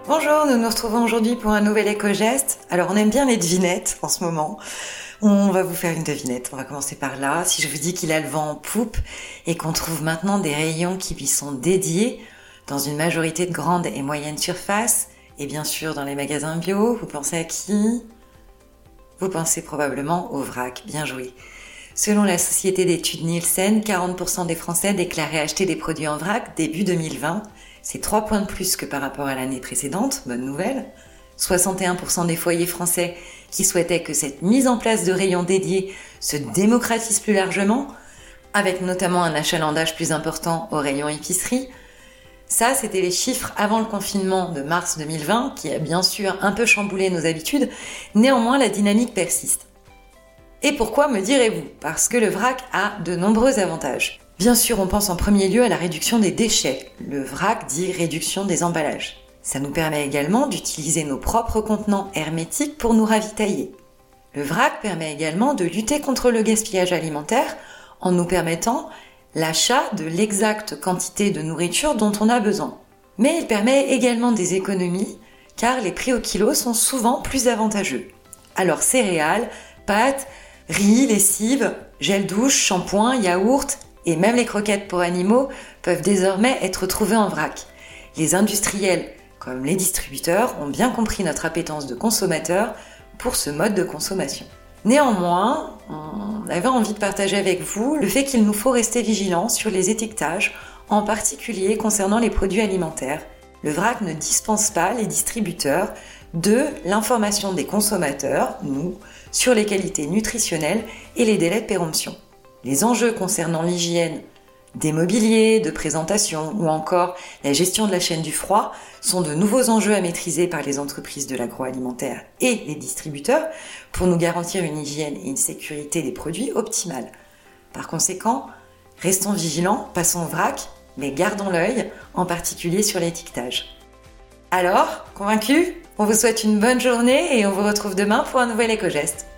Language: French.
Bonjour, nous nous retrouvons aujourd'hui pour un nouvel éco-geste. Alors on aime bien les devinettes en ce moment. On va vous faire une devinette, on va commencer par là. Si je vous dis qu'il a le vent en poupe et qu'on trouve maintenant des rayons qui lui sont dédiés dans une majorité de grandes et moyennes surfaces, et bien sûr dans les magasins bio, vous pensez à qui ? Vous pensez probablement au vrac, bien joué. Selon la société d'études Nielsen, 40% des Français déclaraient acheter des produits en vrac début 2020. C'est 3 points de plus que par rapport à l'année précédente, bonne nouvelle. 61% des foyers français qui souhaitaient que cette mise en place de rayons dédiés se démocratise plus largement, avec notamment un achalandage plus important aux rayons épicerie. Ça, c'était les chiffres avant le confinement de mars 2020, qui a bien sûr un peu chamboulé nos habitudes. Néanmoins, la dynamique persiste. Et pourquoi, me direz-vous ? Parce que le vrac a de nombreux avantages. Bien sûr, on pense en premier lieu à la réduction des déchets. Le vrac dit réduction des emballages. Ça nous permet également d'utiliser nos propres contenants hermétiques pour nous ravitailler. Le vrac permet également de lutter contre le gaspillage alimentaire en nous permettant l'achat de l'exacte quantité de nourriture dont on a besoin. Mais il permet également des économies car les prix au kilo sont souvent plus avantageux. Alors céréales, pâtes, riz, lessive, gel douche, shampoing, yaourt et même les croquettes pour animaux peuvent désormais être trouvées en vrac. Les industriels comme les distributeurs ont bien compris notre appétence de consommateurs pour ce mode de consommation. Néanmoins, on avait envie de partager avec vous le fait qu'il nous faut rester vigilants sur les étiquetages, en particulier concernant les produits alimentaires. Le vrac ne dispense pas les distributeurs de l'information des consommateurs, nous, sur les qualités nutritionnelles et les délais de péremption. Les enjeux concernant l'hygiène des mobiliers, de présentation ou encore la gestion de la chaîne du froid sont de nouveaux enjeux à maîtriser par les entreprises de l'agroalimentaire et les distributeurs pour nous garantir une hygiène et une sécurité des produits optimales. Par conséquent, restons vigilants, passons au vrac, mais gardons l'œil, en particulier sur l'étiquetage. Alors, convaincus ? On vous souhaite une bonne journée et on vous retrouve demain pour un nouvel éco-geste.